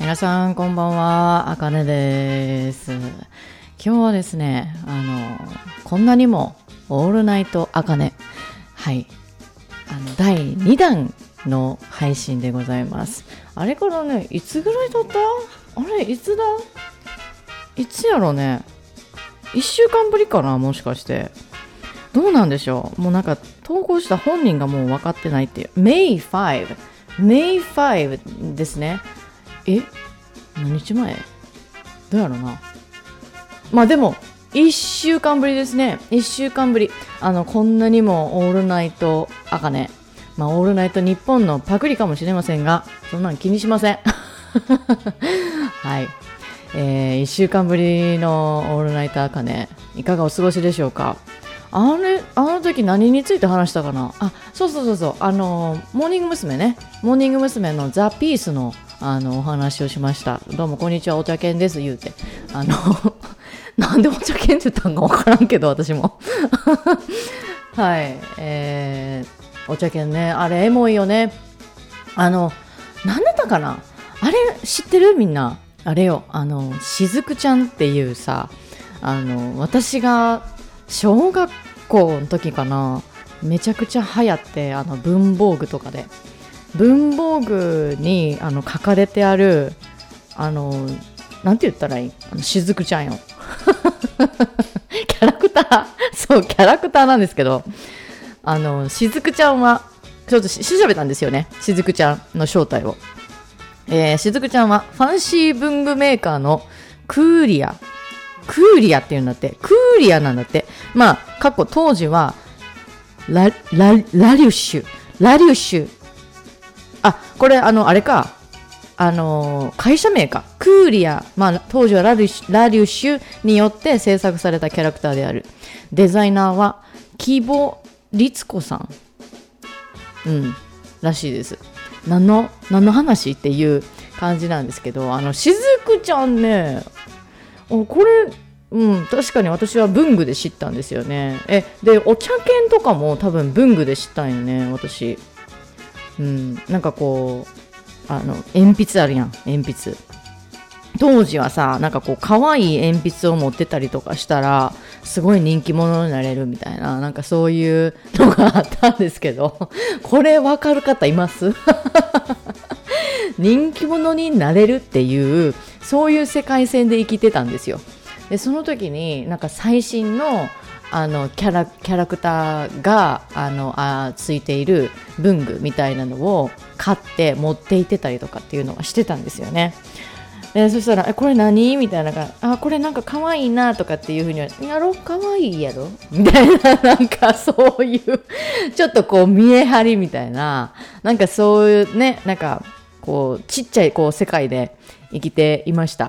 皆さんこんばんは、あかねです。今日はですね、こんなにもオールナイトあかね、はい、第2弾の配信でございます。あれからね、いつぐらい撮った？あれ、いつやろね。1週間ぶりかな、もしかして。どうなんでしょう。もうなんか投稿した本人がもう分かってないっていう。May 5ですね。何日前？どうやろな。まあでも1週間ぶりですね。1週間ぶり。こんなにもオールナイトあかね、オールナイト日本のパクリかもしれませんが、そんなん気にしません。はい、1週間ぶりのオールナイトあかね、いかがお過ごしでしょうか。あの時何について話したかな。そうモーニング娘。ね、モーニング娘。のザ・ピースのお話をしました。どうもこんにちは、お茶犬です言うて、なんでお茶犬って言ったんか分からんけど私もはい、お茶犬ね、あれエモいよね。なんだったかな、あれ知ってる？みんなあれよ、しずくちゃんっていうさ、私が小学校の時かな、めちゃくちゃ流行って、文房具とかで、文房具に書かれてあるなんて言ったらいい、しずくちゃんよキャラクター、そうキャラクターなんですけど、しずくちゃんはちょっと調べたんですよね、しずくちゃんの正体を。しずくちゃんはファンシー文具メーカーのクーリアっていうんだって、クーリアなんだって。過去当時はラリュッシュ、これあれか、会社名か、クーリア、当時はラリュッシュによって制作されたキャラクターである。デザイナーは木保律子さん、らしいです。何の話っていう感じなんですけど、しずくちゃんね、これ確かに私は文具で知ったんですよね。でお茶犬とかも多分文具で知ったんよね、私。なんかこう鉛筆あるやん、鉛筆。当時はさ、なんかこう可愛い鉛筆を持ってたりとかしたらすごい人気者になれるみたいな、なんかそういうのがあったんですけど、これ分かる方います？人気者になれるっていう、そういう世界線で生きてたんですよ。でその時になんか最新のキャラクターがついている文具みたいなのを買って持って行ってたりとかっていうのはしてたんですよね。そしたらこれ何みたいな、これなんか可愛いなとかっていう風には、やろ可愛いやろみたいな、なんかそういうちょっとこう見え張りみたいな、なんかそういうね、なんかこうちっちゃいこう世界で生きていました。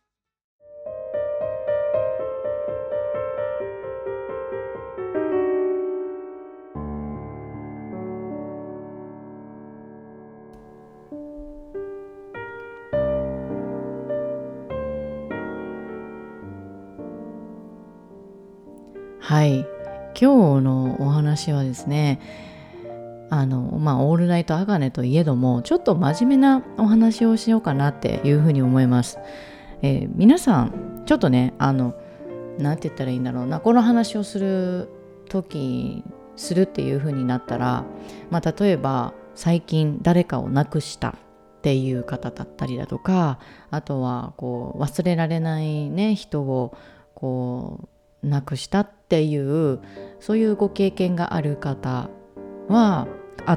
はい、今日のお話はですね、オールナイトあかねといえども、ちょっと真面目なお話をしようかなっていうふうに思います。皆さんちょっとね、なんて言ったらいいんだろうな、この話をするっていうふうになったら、例えば最近誰かを亡くしたっていう方だったりだとか、あとはこう忘れられないね、人をこう亡くしたっていう、そういうご経験がある方はあって、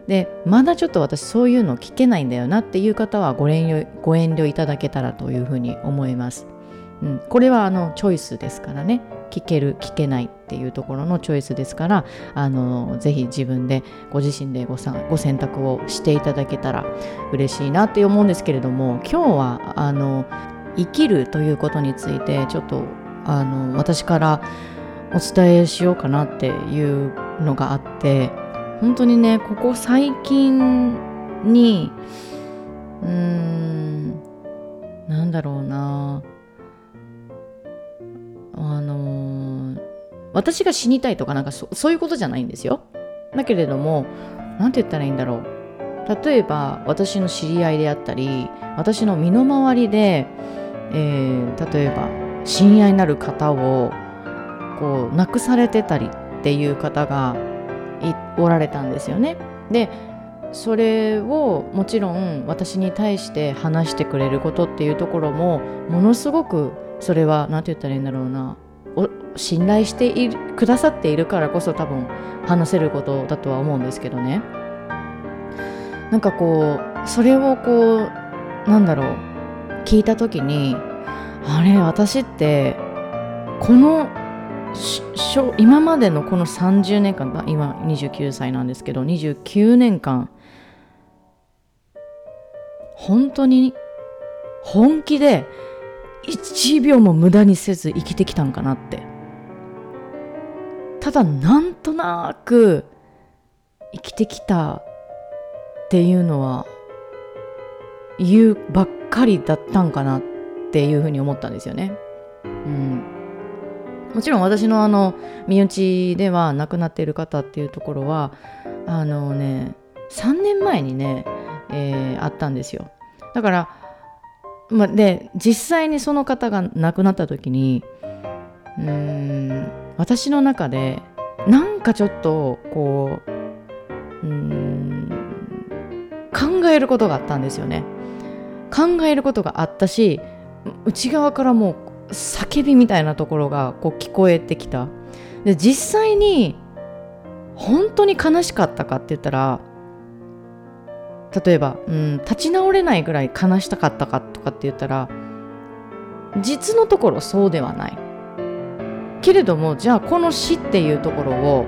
でまだちょっと私そういうの聞けないんだよなっていう方はご遠慮いただけたらというふうに思います。これはチョイスですからね、聞ける聞けないっていうところのチョイスですから、ぜひ自分でご自身でご選択をしていただけたら嬉しいなって思うんですけれども、今日は生きるということについてちょっと私からお伝えしようかなっていうのがあって、本当にね、ここ最近になんだろうな、私が死にたいとかなんかそういうことじゃないんですよ。だけれども、なんて言ったらいいんだろう、 例えば私の知り合いであったり、私の身の回りで、例えば親愛なる方をこう亡くされてたりっていう方がおられたんですよね。でそれをもちろん私に対して話してくれることっていうところもものすごく、それは何て言ったらいいんだろうな、信頼してくださっているからこそ多分話せることだとは思うんですけどね。なんかこうそれをこう聞いた時に、あれ私ってこの今までのこの30年間、今29歳なんですけど、29年間本当に本気で1秒も無駄にせず生きてきたのかなって。ただなんとなく生きてきたっていうのは言うばっかりだったんかなっていうふうに思ったんですよね。もちろん私の身内では亡くなっている方っていうところは3年前にね、あったんですよ。だから、で実際にその方が亡くなった時に私の中でなんかちょっとこう考えることがあったんですよね。考えることがあったし、内側からもう叫びみたいなところがこう聞こえてきた。で実際に本当に悲しかったかって言ったら、例えば、立ち直れないぐらい悲しかったかとかって言ったら、実のところそうではないけれども、じゃあこの死っていうところを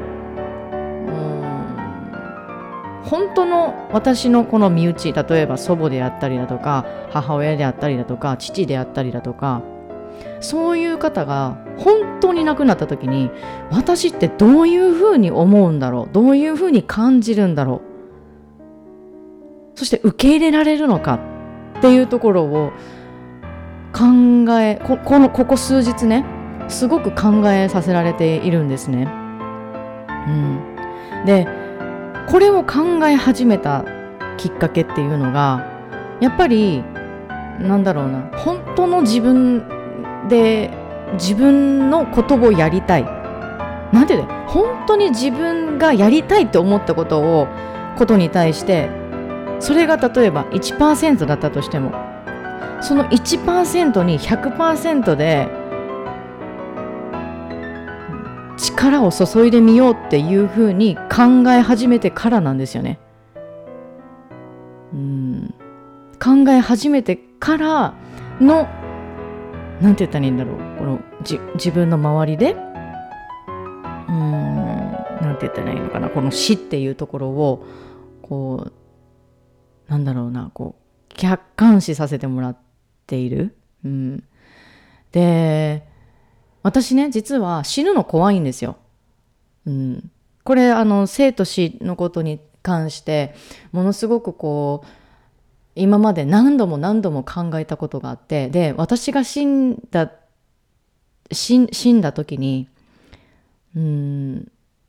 本当の私のこの身内、例えば祖母であったりだとか母親であったりだとか父であったりだとか、そういう方が本当に亡くなった時に、私ってどういうふうに思うんだろう、どういうふうに感じるんだろう、そして受け入れられるのかっていうところをここ数日ね、すごく考えさせられているんですね。でこれを考え始めたきっかけっていうのが、やっぱり本当の自分で自分のことをやりたい、本当に自分がやりたいって思ったことに対して、それが例えば 1% だったとしても、その 1% に 100% で力を注いでみようっていうふうに考え始めてからなんですよね。考え始めてからのなんて言ったらいいんだろう、この自分の周りでなんて言ったらいいのかな、この死っていうところをこうこう客観視させてもらっている。で私ね、実は死ぬの怖いんですよ。これ生と死のことに関してものすごくこう今まで何度も考えたことがあって、で私が死んだ時に自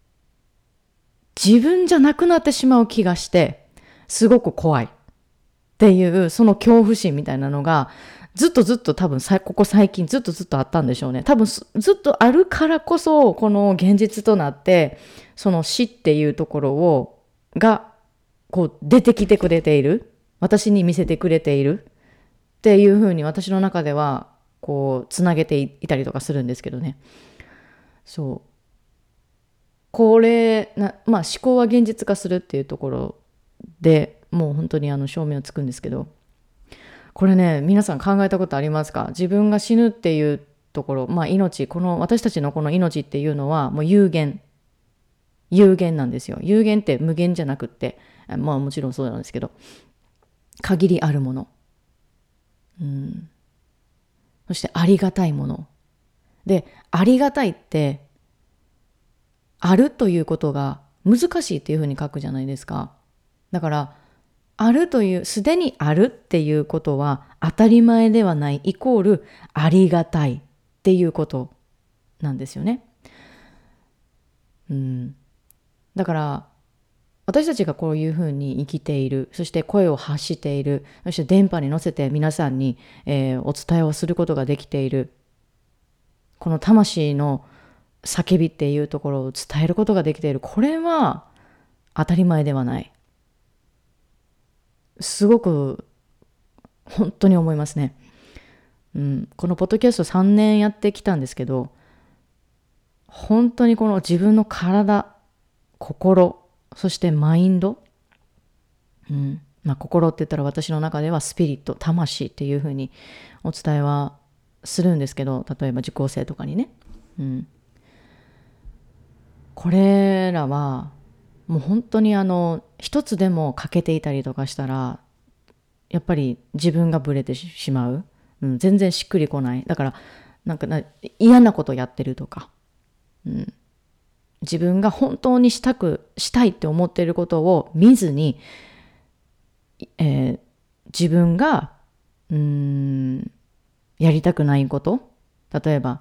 分じゃなくなってしまう気がして、すごく怖いっていうその恐怖心みたいなのがずっと多分ここ最近ずっとあったんでしょうね。多分ずっとあるからこそこの現実となって、その死っていうところがこう出てきてくれている、私に見せてくれているっていうふうに私の中ではこうつなげていたりとかするんですけどね。そうこれ思考は現実化するっていうところでもう本当に証明をつくんですけど、これね、皆さん考えたことありますか？自分が死ぬっていうところ、命、私たちのこの命っていうのはもう有限なんですよ。有限って無限じゃなくって、もちろんそうなんですけど、限りあるもの、そしてありがたいもので、ありがたいってあるということが難しいっていうふうに書くじゃないですか。だからあるという、すでにあるっていうことは当たり前ではないイコールありがたいっていうことなんですよね。だから私たちがこういうふうに生きている、そして声を発している、そして電波に乗せて皆さんに、お伝えをすることができている、この魂の叫びっていうところを伝えることができている。これは当たり前ではない。すごく本当に思いますね。このポッドキャスト3年やってきたんですけど、本当にこの自分の体、心、そしてマインド、心って言ったら私の中ではスピリット、魂っていうふうにお伝えはするんですけど、例えば受講生とかにね、これらはもう本当に一つでも欠けていたりとかしたら、やっぱり自分がブレてしまう、全然しっくりこない。だから嫌なことやってるとか、自分が本当にしたいって思っていることを見ずに、自分がやりたくないこと、例えば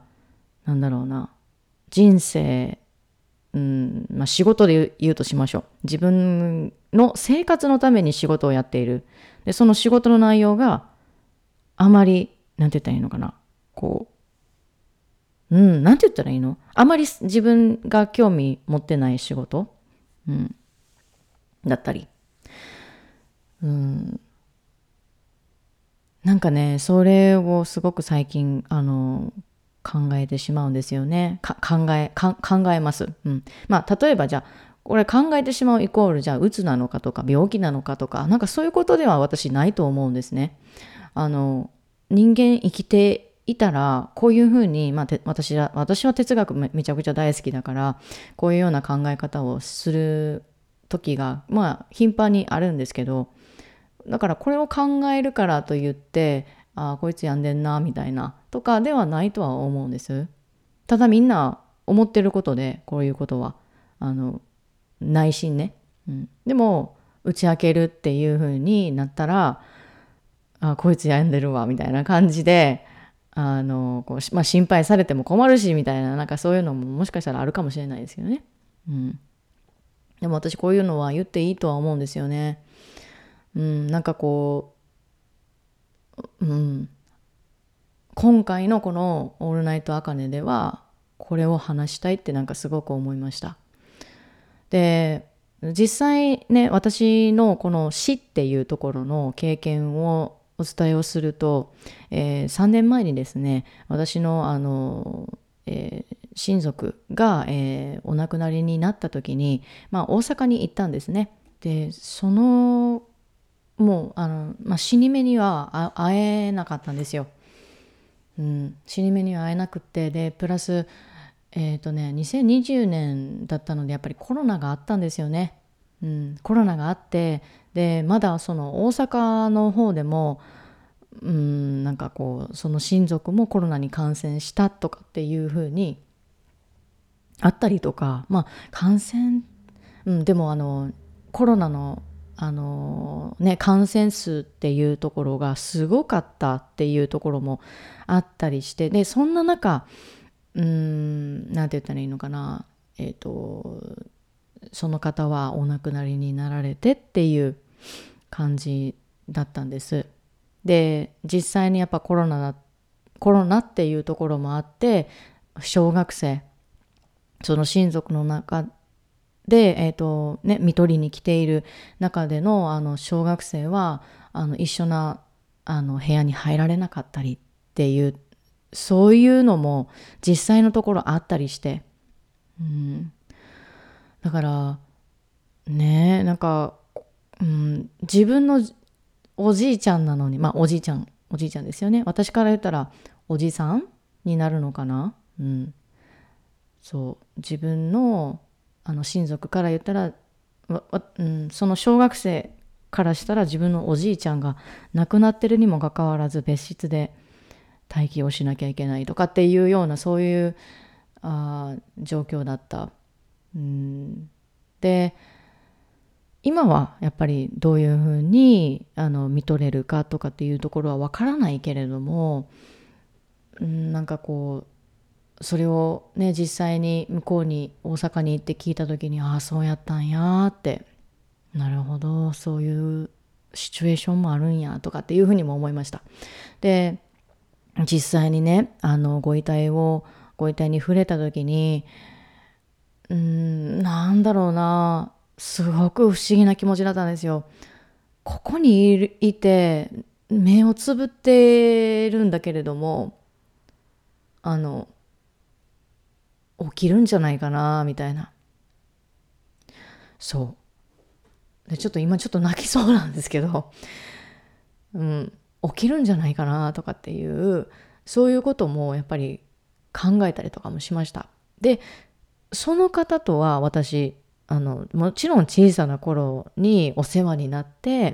人生、仕事で言うとしましょう。自分の生活のために仕事をやっている。で、その仕事の内容があまり、なんて言ったらいいのかな。なんて言ったらいいの？あまり自分が興味持ってない仕事、だったり。なんかね、それをすごく最近、考えてしまうんですよね。考えます。例えばじゃあ、これ考えてしまうイコール、じゃあ、うつなのかとか、病気なのかとか、なんかそういうことでは私ないと思うんですね。人間生きていたら、こういうふうに、私は哲学めちゃくちゃ大好きだから、こういうような考え方をする時が、頻繁にあるんですけど、だからこれを考えるからといって、こいつ病んでんな、みたいな、とかではないとは思うんです。ただみんな思ってることで、こういうことは、内心ね。でも、打ち明けるっていう風になったら、こいつ病んでるわ、みたいな感じで、心配されても困るし、みたいな、なんかそういうのももしかしたらあるかもしれないですけどね。でも私こういうのは言っていいとは思うんですよね。今回のこのオールナイトアカネではこれを話したいってなんかすごく思いました。で、実際ね、私のこの死っていうところの経験をお伝えをすると、3年前にですね、私の親族が、お亡くなりになった時に、大阪に行ったんですね。で、もう死に目には会えなかったんですよ。死に目には会えなくって、でプラス2020年だったのでやっぱりコロナがあったんですよね。コロナがあって、でまだその大阪の方でもその親族もコロナに感染したとかっていう風にあったりとか、感染、でもコロナの感染数っていうところがすごかったっていうところもあったりして、でそんな中、なんて言ったらいいのかな、その方はお亡くなりになられてっていう感じだったんです。で実際にやっぱコロナっていうところもあって、小学生、その親族の中で、看取りに来ている中での小学生は一緒な部屋に入られなかったりっていう、そういうのも実際のところあったりして、だからね、自分のおじいちゃんなのに、おじいちゃんですよね。私から言ったらおじさんになるのかな。そう自分の親族から言ったら、その小学生からしたら自分のおじいちゃんが亡くなってるにもかかわらず別室で待機をしなきゃいけないとかっていうような、そういう状況だった。で今はやっぱりどういうふうに見とれるかとかっていうところはわからないけれども、それをね、実際に向こうに大阪に行って聞いた時に、そうやったんやって、 なるほど、そういうシチュエーションもあるんやとかっていうふうにも思いました。で、実際にね、ご遺体に触れた時に、なんだろうな、すごく不思議な気持ちだったんですよ。ここにいて、目をつぶってるんだけれども、あの、起きるんじゃないかな、みたいな。そう。で、ちょっと今ちょっと泣きそうなんですけど、うん、起きるんじゃないかな、とかっていう、そういうこともやっぱり考えたりとかもしました。で、その方とは私、もちろん小さな頃にお世話になって、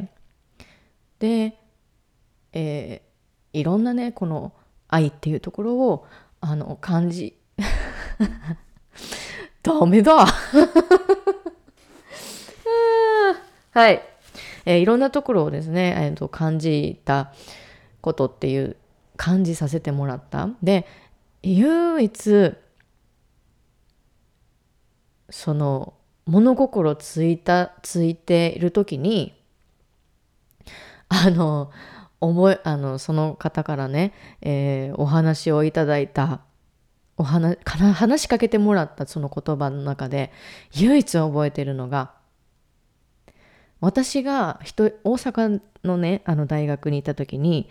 で、えいろんなね、この愛っていうところを、感じ、ダメだはい。いろんなところをですね、感じたことっていう、感じさせてもらった。で、唯一、その、物心ついている時に、あの、その方からね、お話をいただいた、話しかけてもらったその言葉の中で、唯一覚えているのが、私が大阪のね、大学にいた時に、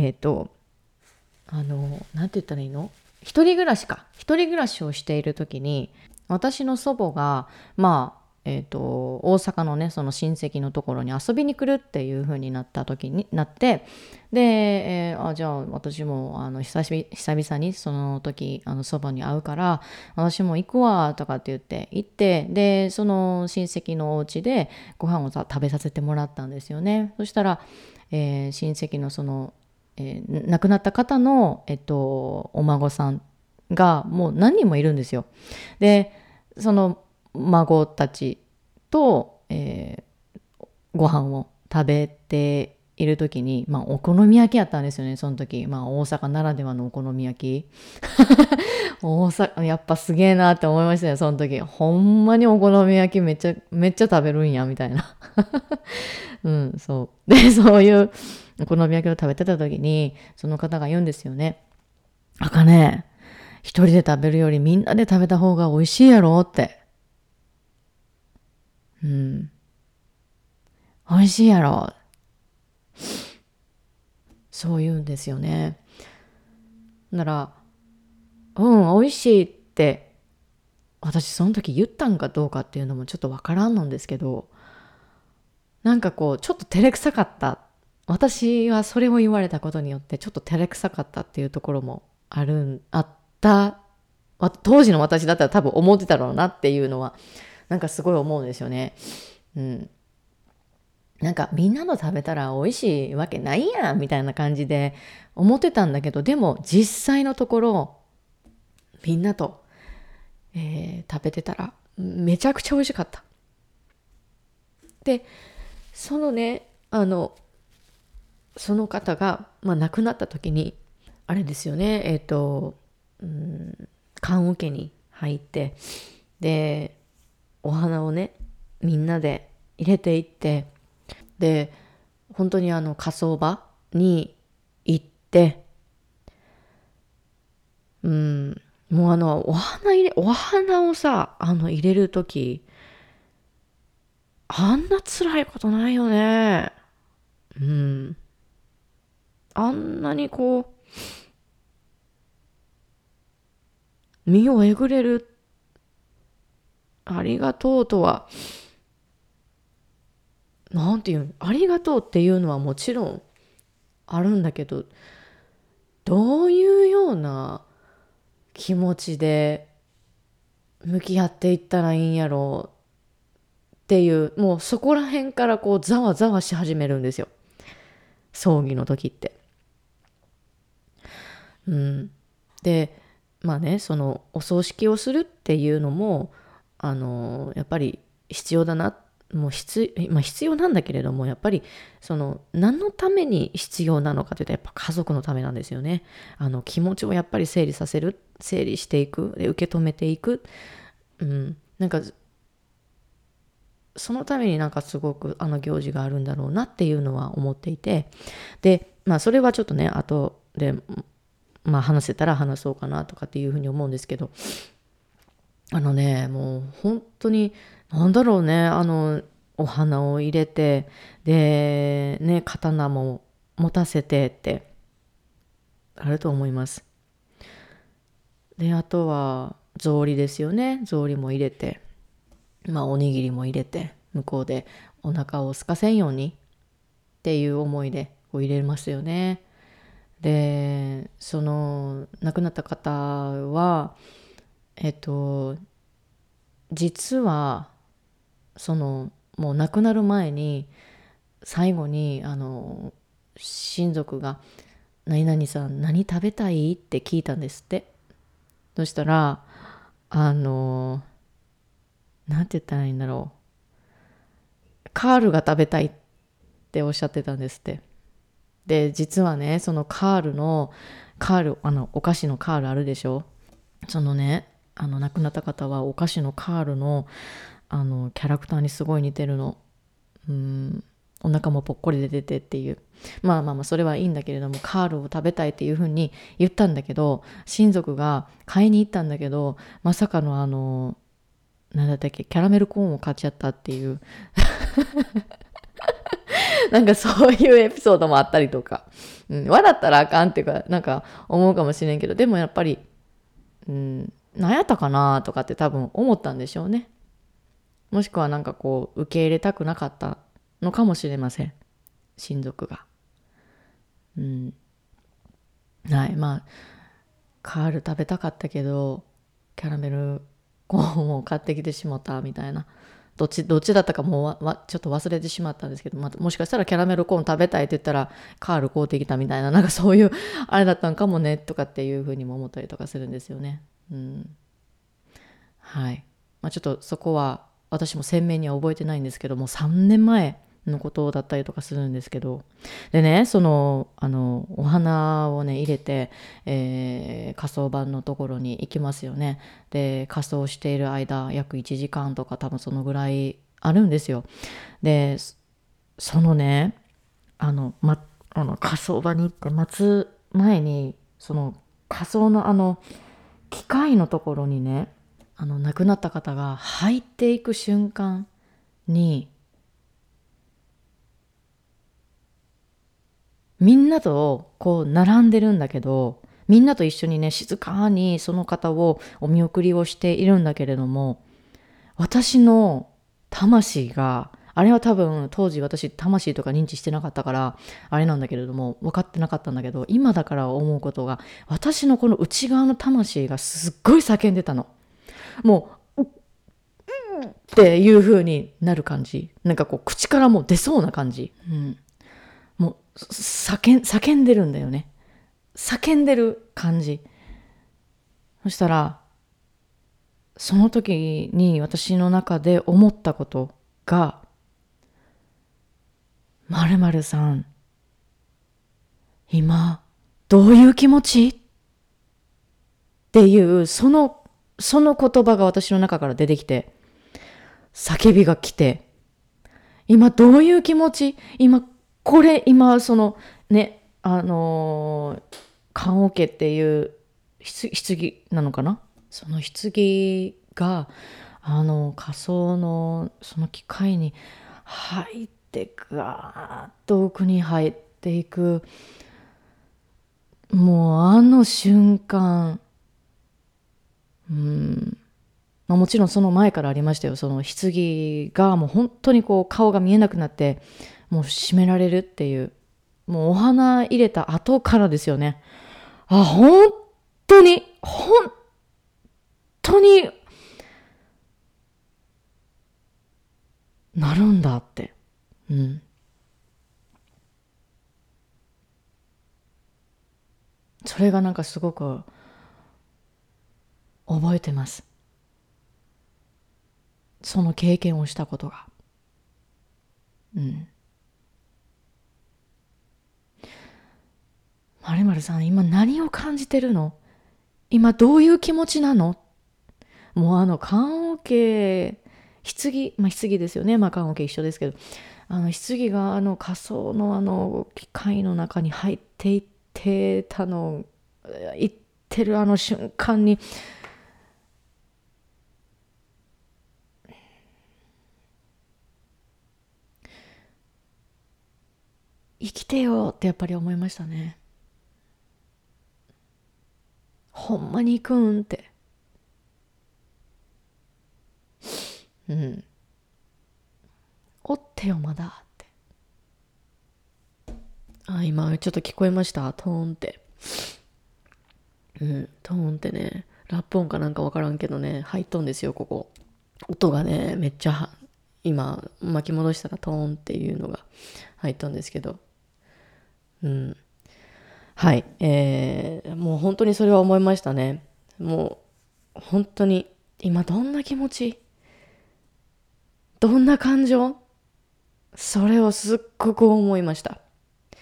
なんて言ったらいいの？一人暮らしをしている時に、私の祖母が、大阪のね、その親戚のところに遊びに来るっていう風になった時になって、で、じゃあ私も久々にその時祖母に会うから私も行くわとかって言って行って、でその親戚のお家でご飯を食べさせてもらったんですよね。そしたら、親戚のその、亡くなった方の、お孫さんがもう何人もいるんですよ。でその孫たちと、ご飯を食べている時に、お好み焼きやったんですよね、その時。大阪ならではのお好み焼き。大阪、やっぱすげえなって思いましたね、その時。ほんまにお好み焼きめっちゃ食べるんや、みたいな。うん、そう。で、そういうお好み焼きを食べてた時に、その方が言うんですよね。あかね、一人で食べるよりみんなで食べた方が美味しいやろって。うん。美味しいやろ。そう言うんですよね。なら、美味しいって私その時言ったんかどうかっていうのもちょっとわからんのんですけど、なんかこうちょっと照れくさかった。私はそれを言われたことによってちょっと照れくさかったっていうところもあった。当時の私だったら多分思ってたろうなっていうのはなんかすごい思うんですよね。うん。なんかみんなの食べたら美味しいわけないやんみたいな感じで思ってたんだけど、でも実際のところみんなと、食べてたらめちゃくちゃ美味しかった。で、そのね、その方が、亡くなった時に、あれですよね、棺桶に入って、で、お花をね、みんなで入れていって、で、本当に火葬場に行って、うん、もうお花をさ、入れる時、あんな辛いことないよね。うん。あんなにこう、身をえぐれる、ありがとうとは、なんていうの、ありがとうっていうのはもちろんあるんだけど、どういうような気持ちで向き合っていったらいいんやろうっていう、もうそこら辺からこうざわざわし始めるんですよ。葬儀の時って。うん。で、そのお葬式をするっていうのも、やっぱり必要だな、もう必要なんだけれども、やっぱりその何のために必要なのかというと、やっぱ家族のためなんですよね。気持ちをやっぱり整理していく、で受け止めていく。うん。なんかそのためになんかすごく行事があるんだろうなっていうのは思っていて、でそれはちょっとね後で話せたら話そうかなとかっていうふうに思うんですけど、もう本当になんだろうね、お花を入れて、でね、刀も持たせてってあると思います。であとは草履ですよね。草履も入れて、おにぎりも入れて、向こうでお腹を空かせんようにっていう思いでこう入れますよね。でその亡くなった方は実はもう亡くなる前に最後に親族が何々さん何食べたいって聞いたんですって。そしたらなんて言ったらいいんだろう、カールが食べたいっておっしゃってたんですって。で実はね、そのカールお菓子のカールあるでしょ。そのね亡くなった方はお菓子のカールのキャラクターにすごい似てるの。お腹もぽっこり出ててっていう、それはいいんだけれども、カールを食べたいっていうふうに言ったんだけど、親族が買いに行ったんだけど、まさかのなんだったっけ、キャラメルコーンを買っちゃったっていうなんかそういうエピソードもあったりとか、笑ったらあかんっていうかなんか思うかもしれんけど、でもやっぱり何やったかなとかって多分思ったんでしょうね。もしくはなんかこう受け入れたくなかったのかもしれません、親族が。はい、カール食べたかったけどキャラメルコーンを買ってきてしまったみたいな、どっちだったかもうちょっと忘れてしまったんですけど、もしかしたらキャラメルコーン食べたいって言ったらカール買うてきたみたいな、なんかそういうあれだったんかもねとかっていうふうにも思ったりとかするんですよね。はい。ちょっとそこは私も鮮明には覚えてないんですけども、3年前のことだったりとかするんですけど、でね、お花をね入れて、火葬場のところに行きますよね。で火葬している間約1時間とか多分そのぐらいあるんですよ。でそのね火葬場に行って待つ前に、その火葬の機械のところにね、亡くなった方が入っていく瞬間に、みんなとこう並んでるんだけど、みんなと一緒にね静かにその方をお見送りをしているんだけれども、私の魂が、あれは多分当時私魂とか認知してなかったからあれなんだけれども、分かってなかったんだけど、今だから思うことが、私のこの内側の魂がすっごい叫んでたの。もうっていう風になる感じ、なんかこう口からもう出そうな感じ、もう叫んでるんだよね。叫んでる感じ。そしたらその時に私の中で思ったことが、〇〇さん今どういう気持ちっていうその言葉が私の中から出てきて、叫びが来て、今どういう気持ち、今そのね棺桶っていう棺なのかな、その棺が火葬のその機械に入ってガーッと奥に入っていく、もう瞬間、もちろんその前からありましたよ。その棺がもう本当にこう顔が見えなくなってもう閉められるっていう、もうお花入れた後からですよね。本当になるんだって。それがなんかすごく覚えてます。その経験をしたことが。〇〇さん今何を感じてるの、今どういう気持ちなの、もう棺桶棺ですよね。棺桶一緒ですけど、棺が火葬の機械の中に入っていってたの、行ってる瞬間に、生きてよってやっぱり思いましたね。ほんまに行くんって。うん。おってよまだって。今ちょっと聞こえました、トーンって。トーンってね、ラップ音かなんかわからんけどね、入っとんですよ、ここ。音がね、めっちゃ今巻き戻したらトーンっていうのが入っとんですけど。はい。もう本当にそれは思いましたね。もう本当に今どんな気持ち、どんな感情、それをすっごく思いました。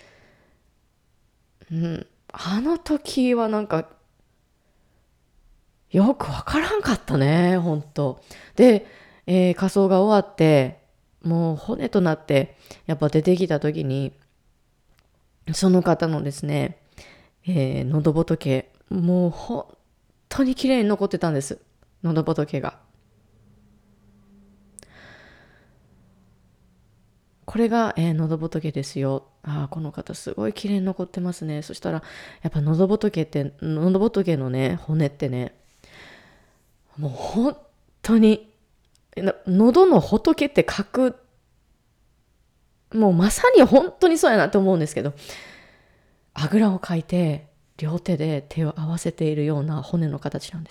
あの時はなんかよくわからんかったね、本当。で、火葬が終わって、もう骨となってやっぱ出てきた時に、その方のですね、喉仏、もう本当に綺麗に残ってたんです。喉仏が。これが、喉仏ですよ。この方すごい綺麗に残ってますね。そしたら、やっぱ喉仏のね、骨ってね、もう本当に、喉の仏って書く、もうまさに本当にそうやなと思うんですけど、あぐらをかいて、両手で手を合わせているような骨の形なんです。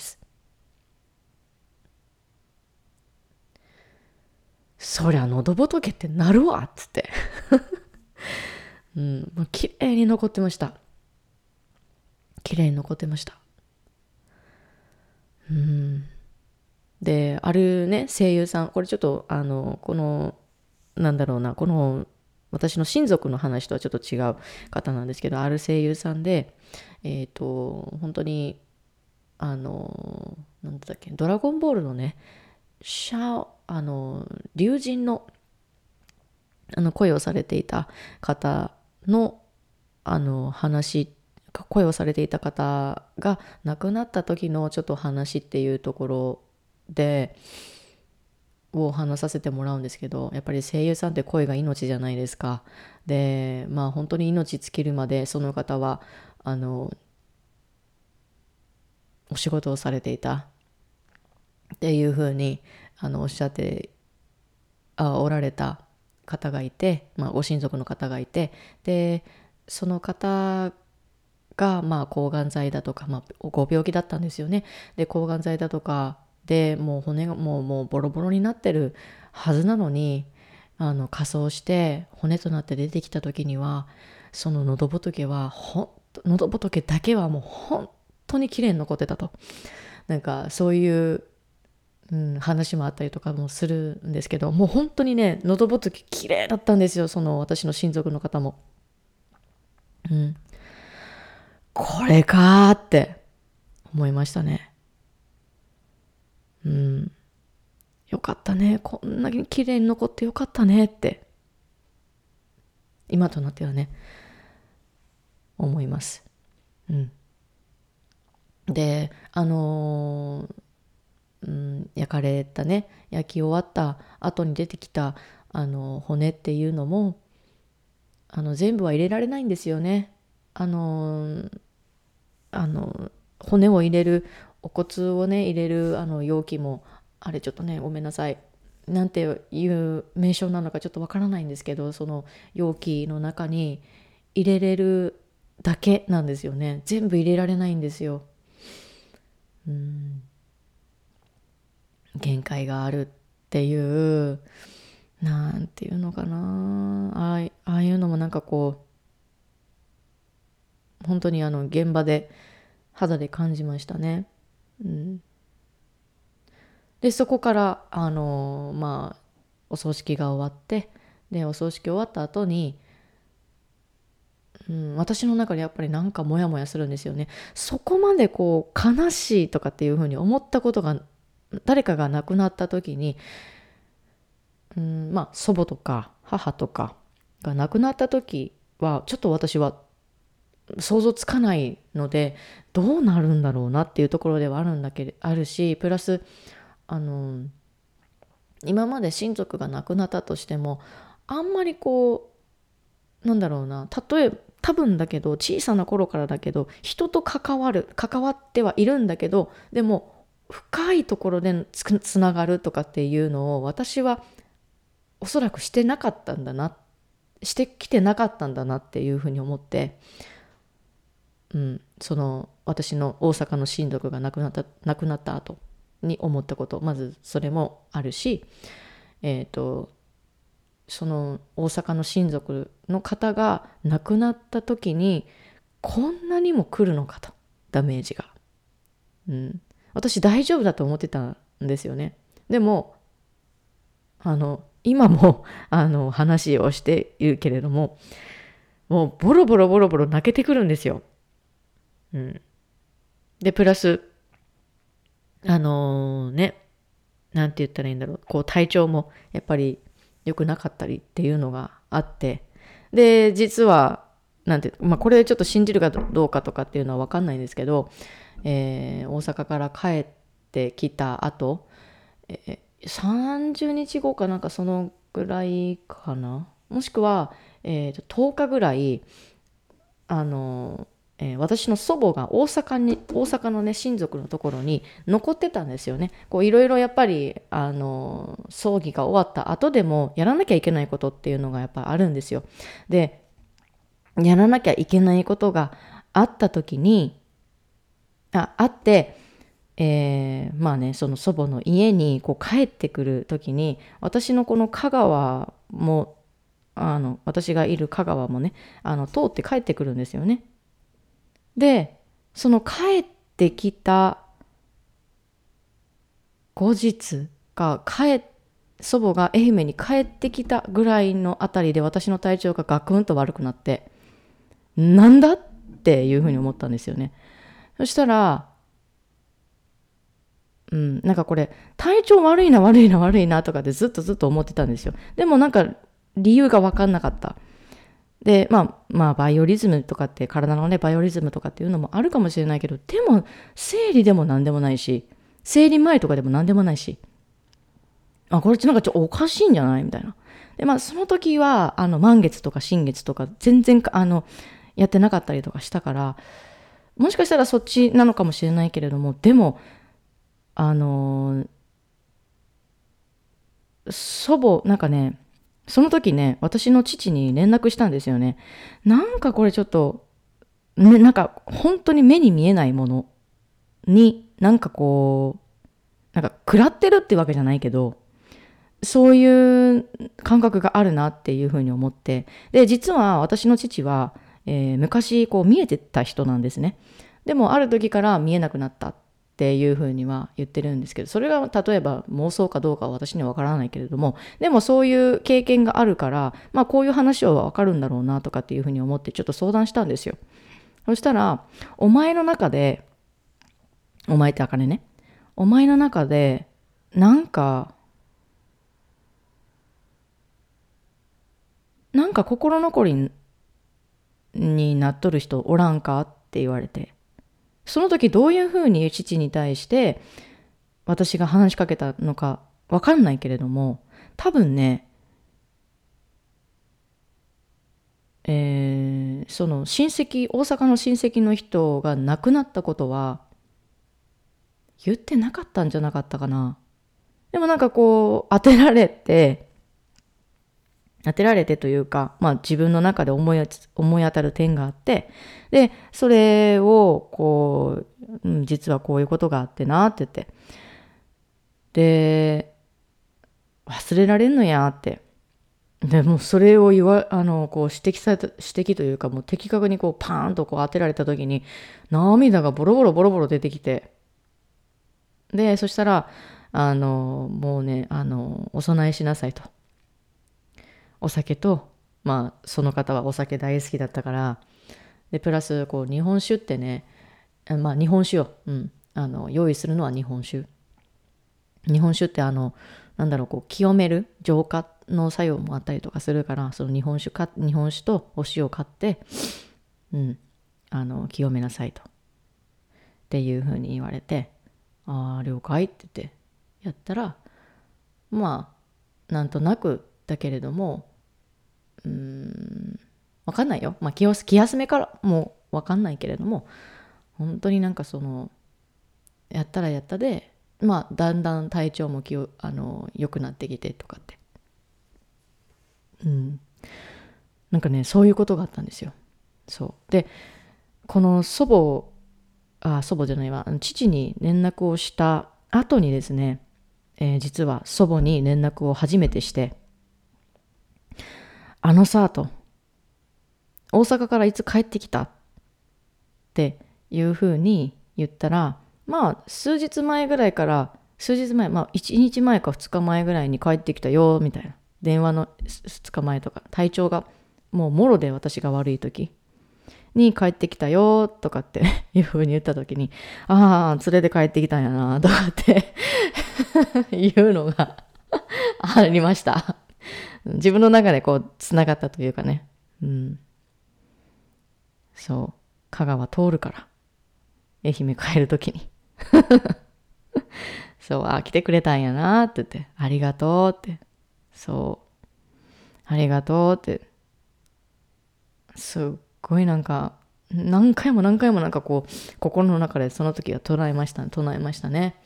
そりゃ喉仏ってなるわっつってもう綺麗に残ってました。綺麗に残ってました。で、あるね、声優さん、これちょっと、この、なんだろうな、この、私の親族の話とはちょっと違う方なんですけど、ある声優さんで、本当に、なんだっけ、ドラゴンボールのね、竜神の、声をされていた方の、声をされていた方が亡くなった時のちょっと話っていうところでを話させてもらうんですけど、やっぱり声優さんって声が命じゃないですか。で、まあ本当に命尽きるまでその方はお仕事をされていたっていうふうにおっしゃっておられた方がいて、ご親族の方がいて、でその方が抗がん剤だとか、ご病気だったんですよね。で抗がん剤だとかでもう骨がもうボロボロになってるはずなのに、火葬して骨となって出てきた時には、その喉仏だけはもう本当に綺麗に残ってたと、なんかそういう、話もあったりとかもするんですけど、もう本当にね、喉仏綺麗だったんですよ、その私の親族の方も。これかーって思いましたね。よかったね、こんなに綺麗に残ってよかったねって今となってはね思います。で焼かれたね、焼き終わった後に出てきた骨っていうのも全部は入れられないんですよね。骨を入れる、お骨をね入れる容器も、あれちょっとねごめんなさい、なんていう名称なのかちょっとわからないんですけど、その容器の中に入れれるだけなんですよね。全部入れられないんですよ。限界があるっていう、なんていうのかな、ああいうのもなんかこう本当に現場で肌で感じましたね。でそこからお葬式が終わって、でお葬式終わった後に、私の中でやっぱりなんかモヤモヤするんですよね。そこまでこう悲しいとかっていうふうに思ったことが、誰かが亡くなった時に祖母とか母とかが亡くなった時はちょっと私は想像つかないので、どうなるんだろうなっていうところではあるし、プラス今まで親族が亡くなったとしても、あんまり多分だけど、小さな頃からだけど、人と関わってはいるんだけど、でも深いところでつながるとかっていうのを私はおそらくしてきてなかったんだなっていうふうに思って、その私の大阪の親族が亡くなった後に思ったこと、まずそれもあるし、その大阪の親族の方が亡くなった時にこんなにも来るのかと、ダメージが、私大丈夫だと思ってたんですよね。でも今も話をしているけれども、もうボロボロ泣けてくるんですよ。でプラスなんて言ったらいいんだろう、体調もやっぱり良くなかったりっていうのがあって、で実はこれちょっと信じるかどうかとかっていうのは分かんないんですけど、大阪から帰ってきた後、30日後かそのぐらいかな、もしくは、10日ぐらい私の祖母が大阪のね親族のところに残ってたんですよね。いろいろやっぱり葬儀が終わった後でもやらなきゃいけないことっていうのがやっぱあるんですよ。でやらなきゃいけないことがあった時にあって、その祖母の家に帰ってくる時に、私のこの香川も私がいる香川もね通って帰ってくるんですよね。でその帰ってきた後日祖母が愛媛に帰ってきたぐらいのあたりで、私の体調がガクンと悪くなって、なんだっていうふうに思ったんですよね。そしたらこれ体調悪いなとかでずっと思ってたんですよ。でも理由が分かんなかった。でバイオリズムとかって体のねバイオリズムとかっていうのもあるかもしれないけど、でも生理でも何でもないし、生理前とかでも何でもないし、これちょっとおかしいんじゃないみたいな。でその時は満月とか新月とか全然やってなかったりとかしたから、もしかしたらそっちなのかもしれないけれども、でも祖母その時ね、私の父に連絡したんですよね。これちょっと、本当に目に見えないものに食らってるってわけじゃないけど、そういう感覚があるなっていうふうに思って、で実は私の父は、昔見えてた人なんですね。でもある時から見えなくなったっていうふうには言ってるんですけど、それが例えば妄想かどうかは私には分からないけれども、でもそういう経験があるから、こういう話は分かるんだろうなとかっていうふうに思ってちょっと相談したんですよ。そしたら、お前の中で、お前ってあかねね、お前の中で心残りになっとる人おらんかって言われて、その時どういうふうに父に対して私が話しかけたのか分かんないけれども、多分ね、その大阪の親戚の人が亡くなったことは言ってなかったんじゃなかったかな。でも当てられてというか、自分の中で思い当たる点があって、でそれを実はこういうことがあってなって言って、で忘れられんのやって、でもそれを指摘というか、もう的確にパーンと当てられた時に涙がボロボロ出てきて、でそしたらもうねお供えしなさいと。お酒と、その方はお酒大好きだったから、でプラス日本酒ってね、日本酒を、用意するのは日本酒ってこう清める浄化の作用もあったりとかするから、その日本酒とお塩を買って、清めなさいとっていうふうに言われて、ああ了解って言ってやったら、まあなんとなくだけれども、わかんないよ、気休めからもうわかんないけれども、本当にそのやったらやったで、だんだん体調も良くなってきてとかって、そういうことがあったんですよ。そうで、この祖母じゃないわ、父に連絡をした後にですね、実は祖母に連絡を初めてして、と、大阪からいつ帰ってきたっていうふうに言ったら、数日前、1日前か2日前ぐらいに帰ってきたよみたいな、電話の2日前とか、体調がもうもろで私が悪い時に帰ってきたよとかっていうふうに言った時に、連れて帰ってきたんやなとかっていうのがありました。自分の中でこうつながったというかね、そう、香川通るから愛媛帰る時にそう、来てくれたんやなって言って、ありがとうって、そうありがとうって、すっごい何回もこう心の中でその時は唱えましたね。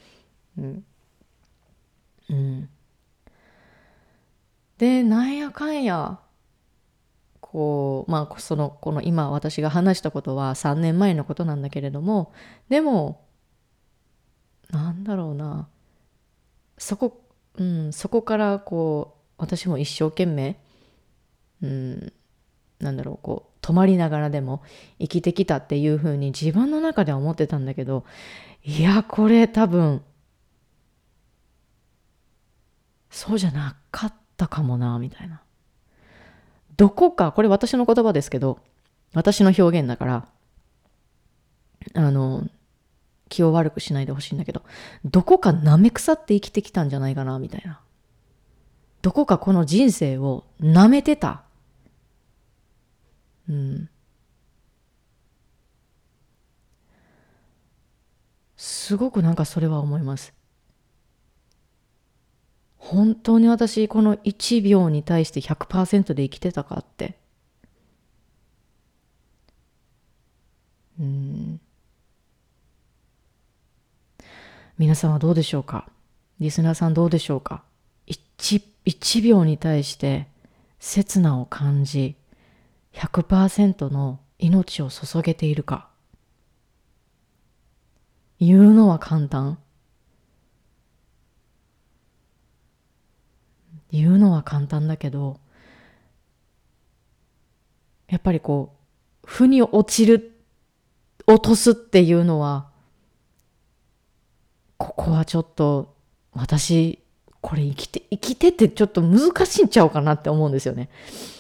で、なんやかんやこの今私が話したことは3年前のことなんだけれども、でもそこからこう私も一生懸命こう止まりながらでも生きてきたっていう風に自分の中では思ってたんだけど、いやこれ多分そうじゃなかったかもなみたいな、どこか、これ私の言葉ですけど、私の表現だから気を悪くしないでほしいんだけど、どこか舐め腐って生きてきたんじゃないかなみたいな、どこかこの人生を舐めてた。すごくそれは思います。本当に私この1秒に対して 100% で生きてたかって。皆さんはどうでしょうか。リスナーさんどうでしょうか。1秒に対して刹那を感じ 100% の命を注げているか。言うのは簡単。言うのは簡単だけど、やっぱりこう腑に落とすっていうのは、ここはちょっと私これ生きててちょっと難しいんちゃうかなって思うんですよね。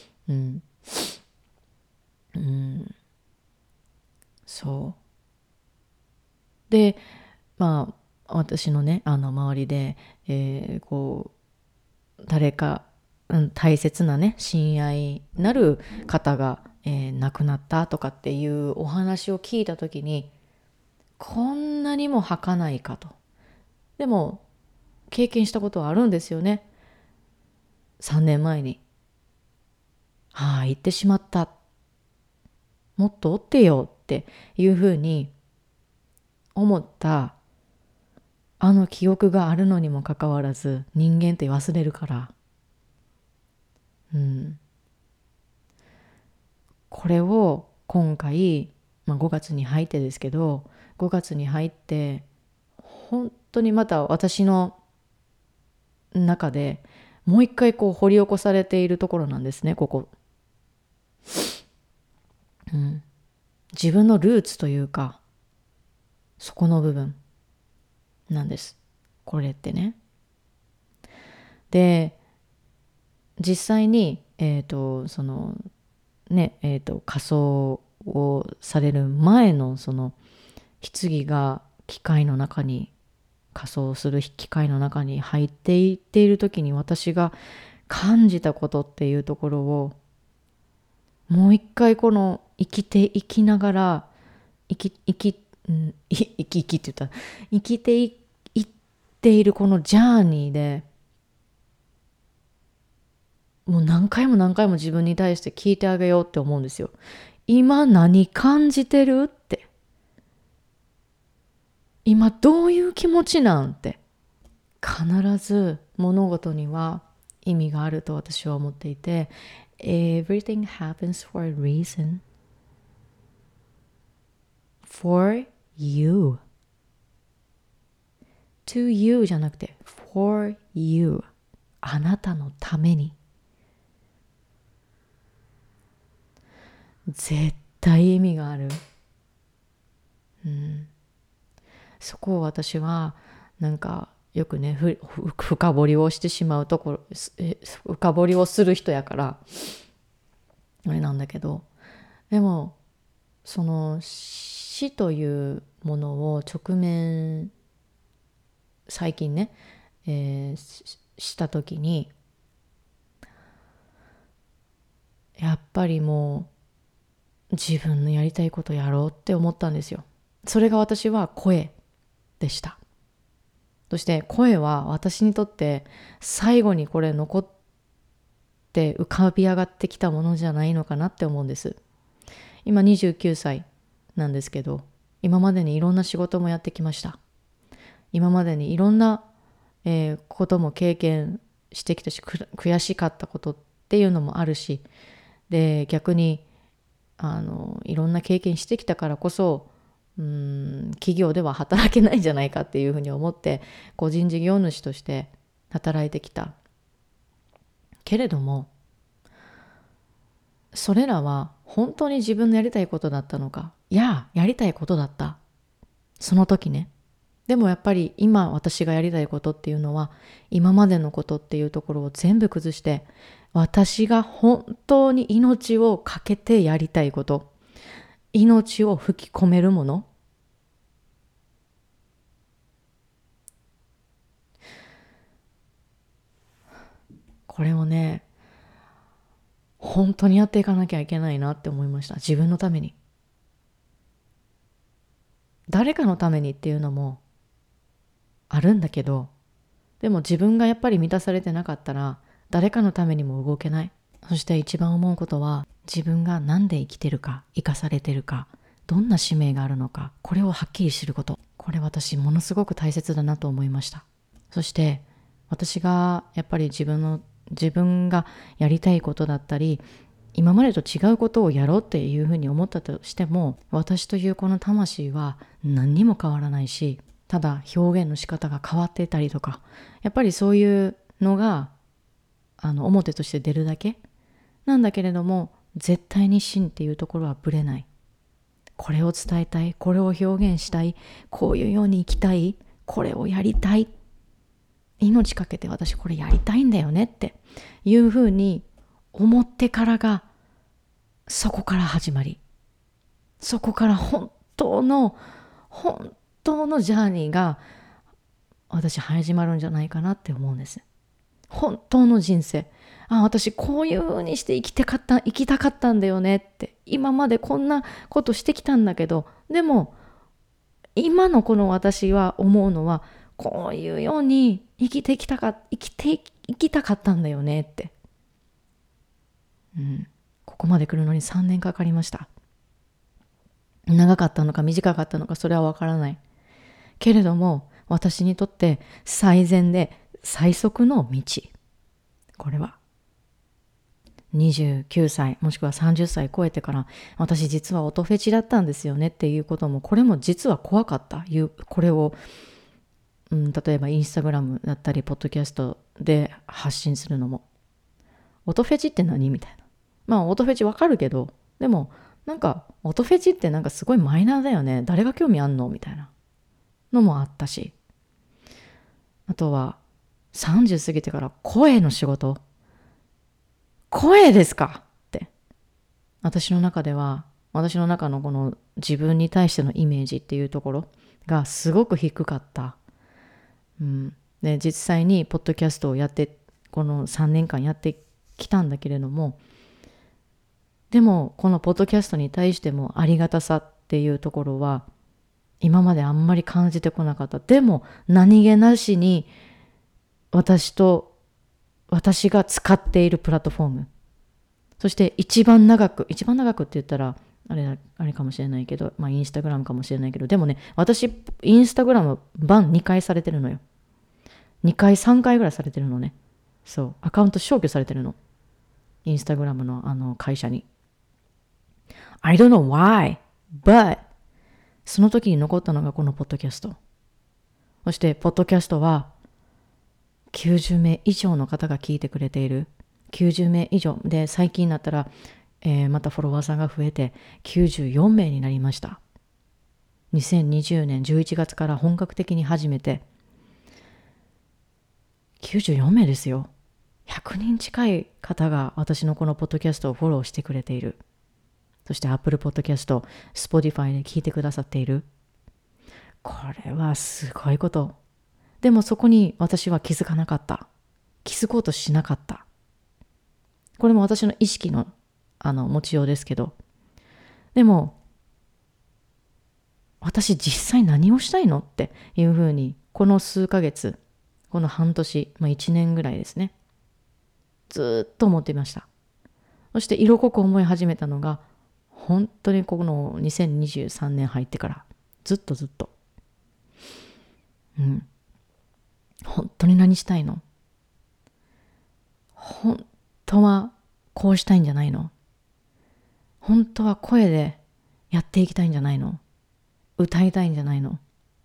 そうで、私のね周りで、こう誰か、大切なね親愛なる方が、亡くなったとかっていうお話を聞いた時に、こんなにも儚いかと。でも経験したことはあるんですよね。3年前に行ってしまった、もっとおってよっていうふうに思った記憶があるのにもかかわらず、人間って忘れるから、これを今回、5月に入ってですけど、5月に入って本当にまた私の中でもう一回こう掘り起こされているところなんですね、ここ。自分のルーツというか、そこの部分なんです、これってね。で、実際にそのね火葬をされる前のその棺が機械の中に仮装する機械の中に入っていっている時に私が感じたことっていうところを、もう一回この生きていきながら生きって言った生きていっているこのジャーニーで、もう何回も何回も自分に対して聞いてあげようって思うんですよ。今何感じてるって、今どういう気持ちなんて。必ず物事には意味があると私は思っていて、 Everything happens for a reason. For you. To you じゃなくて For you. あなたのために。絶対意味がある。そこを私はなんかよくね、深掘りをしてしまうところ、深掘りをする人やからあれなんだけど、でもその死というものを最近ね、した時に、やっぱりもう自分のやりたいことやろうって思ったんですよ。それが私は声でした。そして声は私にとって最後にこれ残って浮かび上がってきたものじゃないのかなって思うんです。今29歳なんですけど、今までにいろんな仕事もやってきました。今までにいろんな、ことも経験してきたし、悔しかったことっていうのもあるし、で逆にいろんな経験してきたからこそ、企業では働けないんじゃないかっていうふうに思って個人事業主として働いてきたけれども、それらは本当に自分のやりたいことだったのか。やりたいことだった、その時ね。でもやっぱり今私がやりたいことっていうのは、今までのことっていうところを全部崩して、私が本当に命をかけてやりたいこと、命を吹き込めるもの、これをね、本当にやっていかなきゃいけないなって思いました。自分のために。誰かのためにっていうのもあるんだけど、でも自分がやっぱり満たされてなかったら誰かのためにも動けない。そして一番思うことは、自分が何で生きてるか、生かされてるか、どんな使命があるのか、これをはっきり知ること。これ私ものすごく大切だなと思いました。そして私がやっぱり自分がやりたいことだったり、今までと違うことをやろうっていうふうに思ったとしても、私というこの魂は何にも変わらないし、ただ表現の仕方が変わっていたりとか、やっぱりそういうのが表として出るだけなんだけれども、絶対に真っていうところはぶれない。これを伝えたい、これを表現したい、こういうように生きたい、これをやりたい、命かけて私これやりたいんだよねっていうふうに思ってからが、そこから始まり、そこから本当のジャーニーが私始まるんじゃないかなって思うんです。本当の人生。私こういう風にして生きたかったんだよねって。今までこんなことしてきたんだけど、でも今のこの私は思うのは、こういうように生きたかったんだよねって。ここまで来るのに3年かかりました。長かったのか短かったのかそれはわからない。けれども私にとって最善で最速の道。これは29歳もしくは30歳超えてから、私実は音フェチだったんですよねっていうことも、これも実は怖かった。これを、例えばインスタグラムだったりポッドキャストで発信するのも、音フェチって何みたいな。音フェチわかるけど、でもなんか音フェチってなんかすごいマイナーだよね、誰が興味あんのみたいなのもあったし、あとは30過ぎてから声の仕事、声ですかって、私の中のこの自分に対してのイメージっていうところがすごく低かった。 で実際にポッドキャストをこの3年間やってきたんだけれども、でもこのポッドキャストに対してもありがたさっていうところは今まであんまり感じてこなかった。でも何気なしに私が使っているプラットフォーム、そして一番長くって言ったらあれかもしれないけど、インスタグラムかもしれないけど、でもね、私インスタグラムバン2回されてるのよ。2回3回ぐらいされてるのね。そう、アカウント消去されてるの、インスタグラムの会社に。I don't know why, but その時に残ったのがこのポッドキャスト。そしてポッドキャストは90名以上の方が聞いてくれている。90名以上で、最近になったら、またフォロワーさんが増えて94名になりました。2020年11月から本格的に始めて94名ですよ。100人近い方が私のこのポッドキャストをフォローしてくれている。そして Apple Podcast、Spotify で聞いてくださっている。これはすごいこと。でもそこに私は気づかなかった。気づこうとしなかった。これも私の意識の持ちようですけど。でも私実際何をしたいのっていうふうに、この数ヶ月、この半年、1年ぐらいですね、ずっと思っていました。そして色濃く思い始めたのが、本当にこの2023年入ってからずっと本当に何したいの？本当はこうしたいんじゃないの？本当は声でやっていきたいんじゃないの？歌いたいんじゃないの？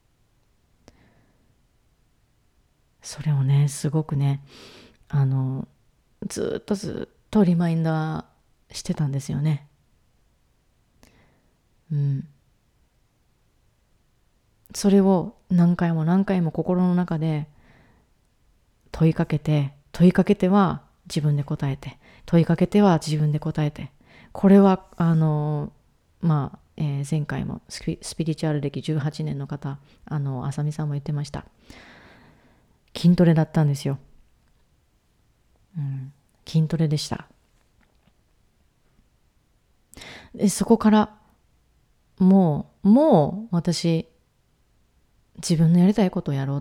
それをね、すごくね、ずっとリマインダーしてたんですよね。それを何回も心の中で問いかけては自分で答えて、問いかけては自分で答えて、これは前回もスピリチュアル歴18年の方、あさみさんも言ってました。筋トレだったんですよ。筋トレでした。でそこからもう私自分のやりたいことをやろうって、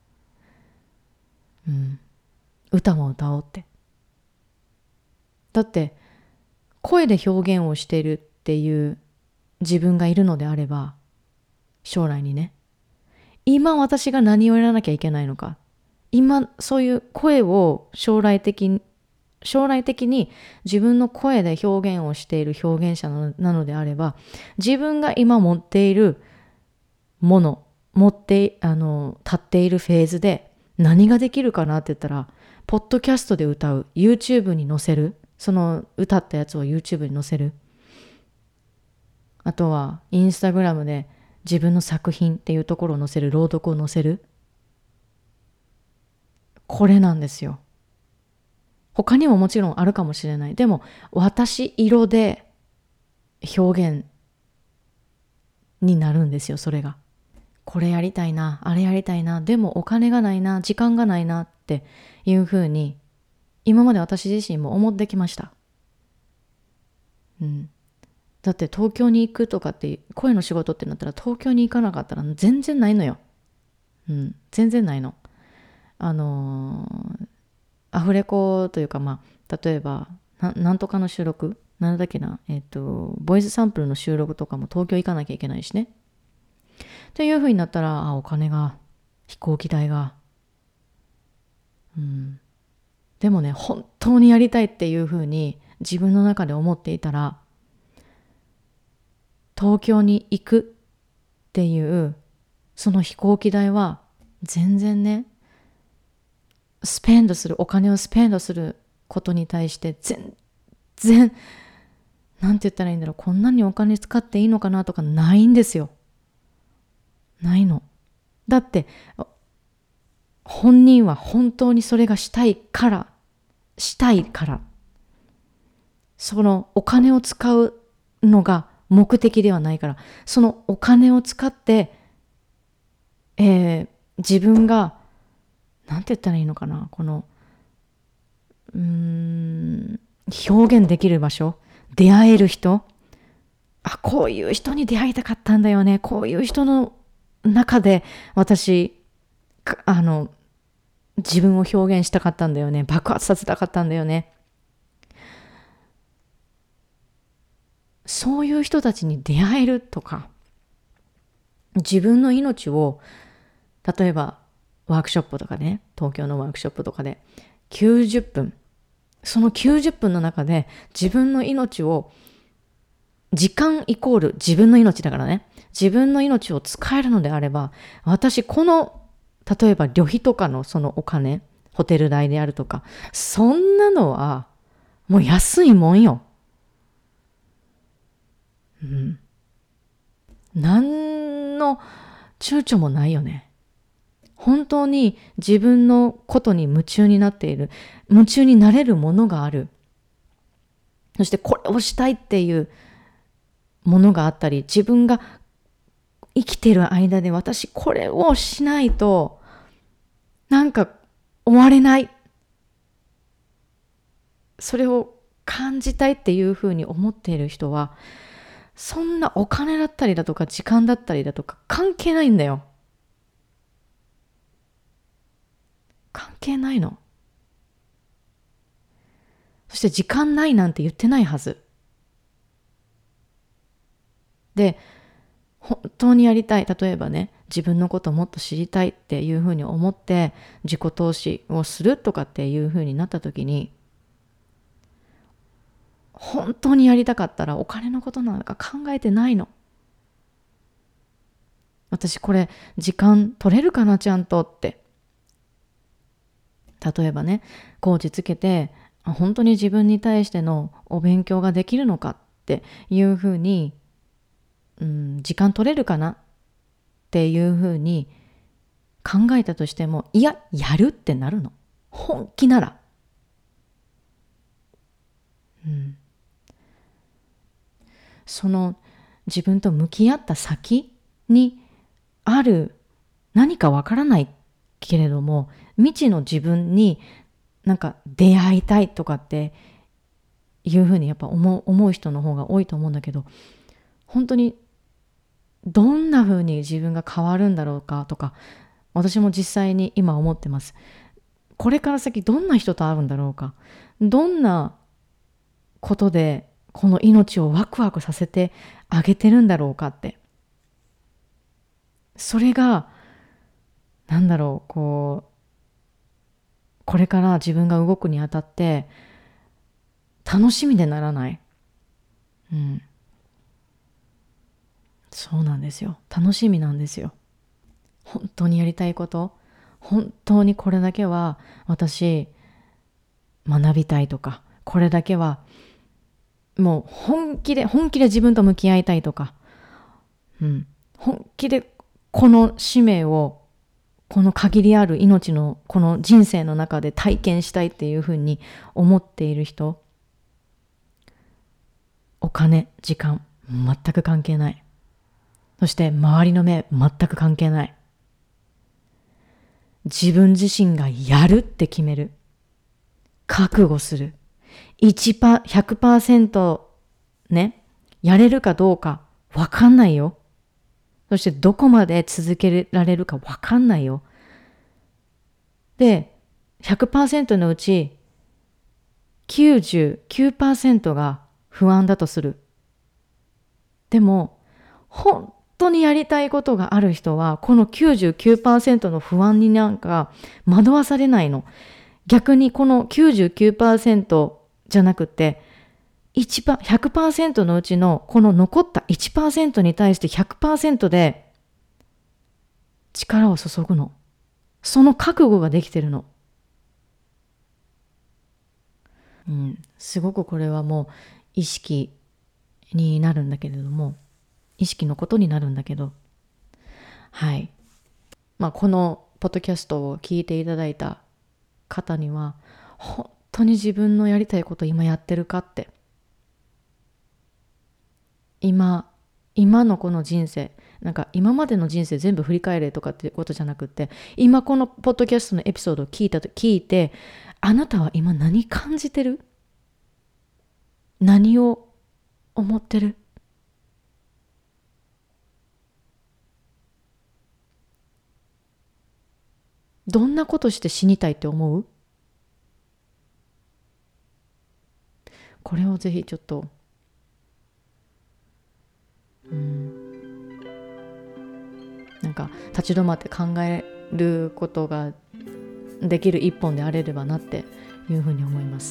歌も歌おうって。だって声で表現をしているっていう自分がいるのであれば、将来にね、今私が何をやらなきゃいけないのか、今そういう声を将来的に自分の声で表現をしている表現者なのであれば、自分が今持っているもの、立っているフェーズで何ができるかなって言ったら、ポッドキャストで歌う、YouTube に載せる、その歌ったやつを YouTube に載せる、あとはインスタグラムで自分の作品っていうところを載せる、朗読を載せる。これなんですよ。他にももちろんあるかもしれない。でも私色で表現になるんですよ、それが。これやりたいな、あれやりたいな、でもお金がないな、時間がないなっていうふうに今まで私自身も思ってきました。だって東京に行くとかって声の仕事ってなったら、東京に行かなかったら全然ないのよ。全然ないの。アフレコというか、例えばなんとかの収録、なんだっけな、ボイスサンプルの収録とかも東京行かなきゃいけないしね。っていう風になったら、お金が、飛行機代が、でもね、本当にやりたいっていう風に自分の中で思っていたら、東京に行くっていうその飛行機代は全然ね、お金をスペンドすることに対して全然、なんて言ったらいいんだろう、こんなにお金使っていいのかなとかないんですよ。ないの。だって本人は本当にそれがしたいから、そのお金を使うのが目的ではないから、そのお金を使って、自分がなんて言ったらいいのかな、この表現できる場所、出会える人、こういう人に出会いたかったんだよね、こういう人の中で私自分を表現したかったんだよね、爆発させたかったんだよね。そういう人たちに出会えるとか、自分の命を、例えばワークショップとかね、東京のワークショップとかで90分、その90分の中で自分の命を、時間イコール自分の命だからね、自分の命を使えるのであれば、私この例えば旅費とかのそのお金、ホテル代であるとか、そんなのはもう安いもんよ。何の躊躇もないよね。本当に自分のことに夢中になっている、夢中になれるものがある。そしてこれをしたいっていうものがあったり、自分が生きている間で私これをしないとなんか終われない。それを感じたいっていうふうに思っている人は、そんなお金だったりだとか時間だったりだとか関係ないんだよ。関係ないの。そして時間ないなんて言ってないはず。で、本当にやりたい。例えばね、自分のことをもっと知りたいっていうふうに思って自己投資をするとかっていうふうになった時に、本当にやりたかったらお金のことなんか考えてないの。私これ時間取れるかなちゃんとって。例えばね、コーチつけて本当に自分に対してのお勉強ができるのかっていうふうに、時間取れるかなっていうふうに考えたとしても、いや、やるってなるの。本気なら。その自分と向き合った先にある何かわからないけれども、未知の自分になんか出会いたいとかっていうふうにやっぱ思う人の方が多いと思うんだけど、本当にどんなふうに自分が変わるんだろうかとか、私も実際に今思ってます。これから先どんな人と会うんだろうか、どんなことでこの命をワクワクさせてあげてるんだろうかって。それがこれから自分が動くにあたって楽しみでならない。そうなんですよ。楽しみなんですよ。本当にやりたいこと、本当にこれだけは私学びたいとか、これだけはもう本気で自分と向き合いたいとか、本気でこの使命を、この限りある命のこの人生の中で体験したいっていうふうに思っている人、お金、時間全く関係ない。そして周りの目全く関係ない。自分自身がやるって決める。覚悟する。100% ね、やれるかどうかわかんないよ。そしてどこまで続けられるかわかんないよ。で、100% のうち 99% が不安だとする。でも、本当にやりたいことがある人は、この 99% の不安になんか惑わされないの。逆にこの 99% じゃなくて、100% のうちのこの残った 1% に対して 100% で力を注ぐの。その覚悟ができてるの。すごくこれはもう意識になるんだけれども、意識のことになるんだけど、はい。このポッドキャストを聞いていただいた方には、本当に自分のやりたいこと今やってるかって、今のこの人生、 なんか今までの人生全部振り返れとかってことじゃなくて、今このポッドキャストのエピソードを聞いて、あなたは今何感じてる？何を思ってる？どんなことして死にたいって思う？これをぜひちょっとなんか立ち止まって考えることができる一本であれればなっていうふうに思います。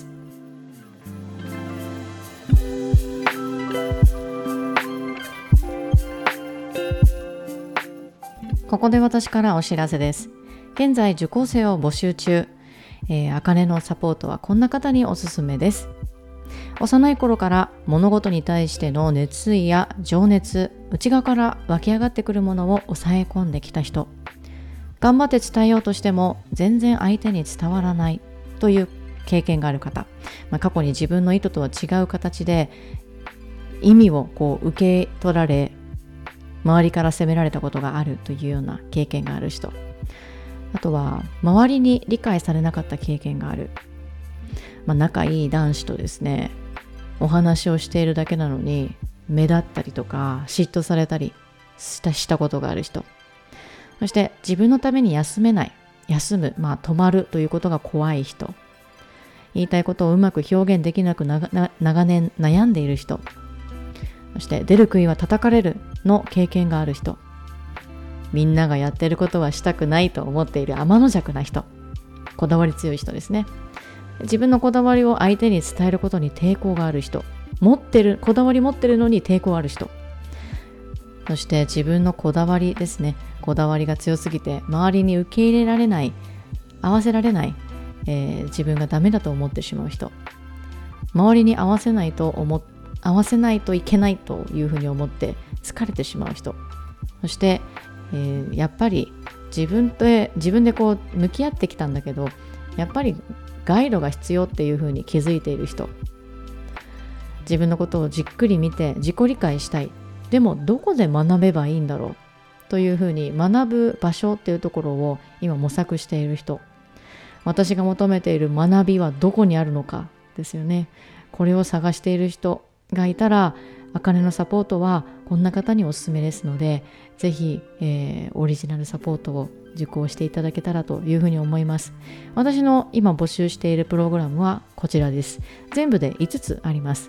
ここで私からお知らせです。現在受講生を募集中。あかねのサポートはこんな方におすすめです。幼い頃から物事に対しての熱意や情熱、内側から湧き上がってくるものを抑え込んできた人。頑張って伝えようとしても全然相手に伝わらないという経験がある方。過去に自分の意図とは違う形で意味を受け取られ、周りから責められたことがあるというような経験がある人。あとは周りに理解されなかった経験がある。仲いい男子とですね、お話をしているだけなのに目立ったりとか嫉妬されたりしたことがある人。そして自分のために休む、止まるということが怖い人。言いたいことをうまく表現できなく長年悩んでいる人。そして出る杭は叩かれるの経験がある人。みんながやってることはしたくないと思っている天の弱な人。こだわり強い人ですね。自分のこだわりを相手に伝えることに抵抗がある人。こだわり持ってるのに抵抗ある人。そして自分のこだわりですね。こだわりが強すぎて周りに受け入れられない、合わせられない、自分がダメだと思ってしまう人。周りに合わせないといけないというふうに思って疲れてしまう人。そして、やっぱり自分で向き合ってきたんだけど、やっぱりガイドが必要っていうふうに気づいている人。自分のことをじっくり見て自己理解したい。でもどこで学べばいいんだろうというふうに学ぶ場所っていうところを今模索している人。私が求めている学びはどこにあるのかですよね。これを探している人がいたら、あかねのサポートはこんな方におすすめですので、ぜひ、オリジナルサポートを受講していただけたらというふうに思います。私の今募集しているプログラムはこちらです。全部で5つあります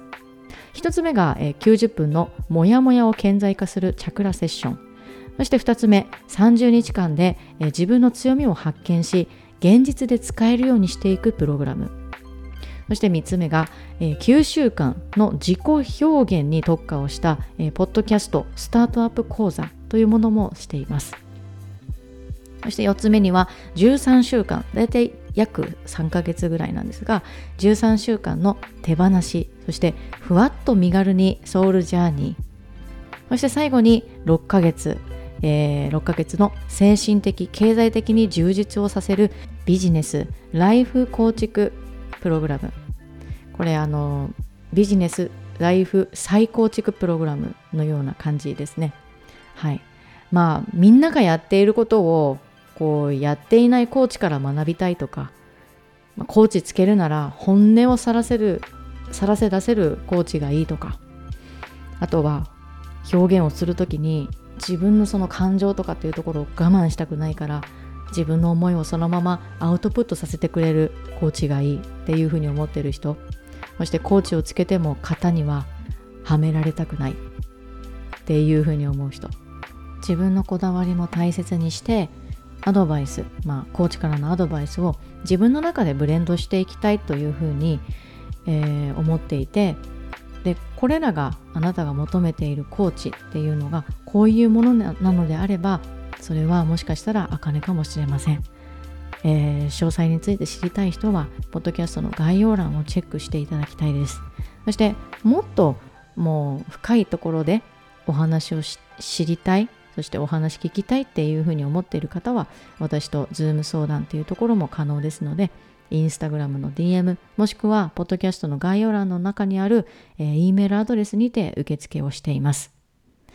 。1つ目が、90分のモヤモヤを顕在化するチャクラセッション。そして2つ目、30日間で、自分の強みを発見し、現実で使えるようにしていくプログラム。そして3つ目が、9週間の自己表現に特化をした、ポッドキャストスタートアップ講座というものもしています。そして4つ目には13週間、だいたい約3ヶ月ぐらいなんですが、13週間の手放し、そしてふわっと身軽にソウルジャーニー、そして最後に6ヶ月の精神的、経済的に充実をさせるビジネス、ライフ構築プログラム。これビジネス、ライフ再構築プログラムのような感じですね。はい。みんながやっていることをやっていないコーチから学びたいとか、コーチつけるなら本音をさらせ出せるコーチがいいとか、あとは表現をするときに自分のその感情とかっていうところを我慢したくないから、自分の思いをそのままアウトプットさせてくれるコーチがいいっていうふうに思っている人。そしてコーチをつけても型にははめられたくないっていうふうに思う人。自分のこだわりも大切にしてアドバイス、コーチからのアドバイスを自分の中でブレンドしていきたいというふうに、思っていて、でこれらがあなたが求めているコーチっていうのがこういうものなのであれば、それはもしかしたらあかねかもしれません。詳細について知りたい人はポッドキャストの概要欄をチェックしていただきたいです。そしてもっともう深いところでお話を知りたい、そしてお話聞きたいっていうふうに思っている方は、私とズーム相談っていうところも可能ですので、インスタグラムの DM もしくはポッドキャストの概要欄の中にある、E メールアドレスにて受付をしています。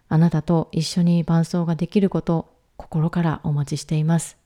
あなたと一緒に伴奏ができること、心からお待ちしています。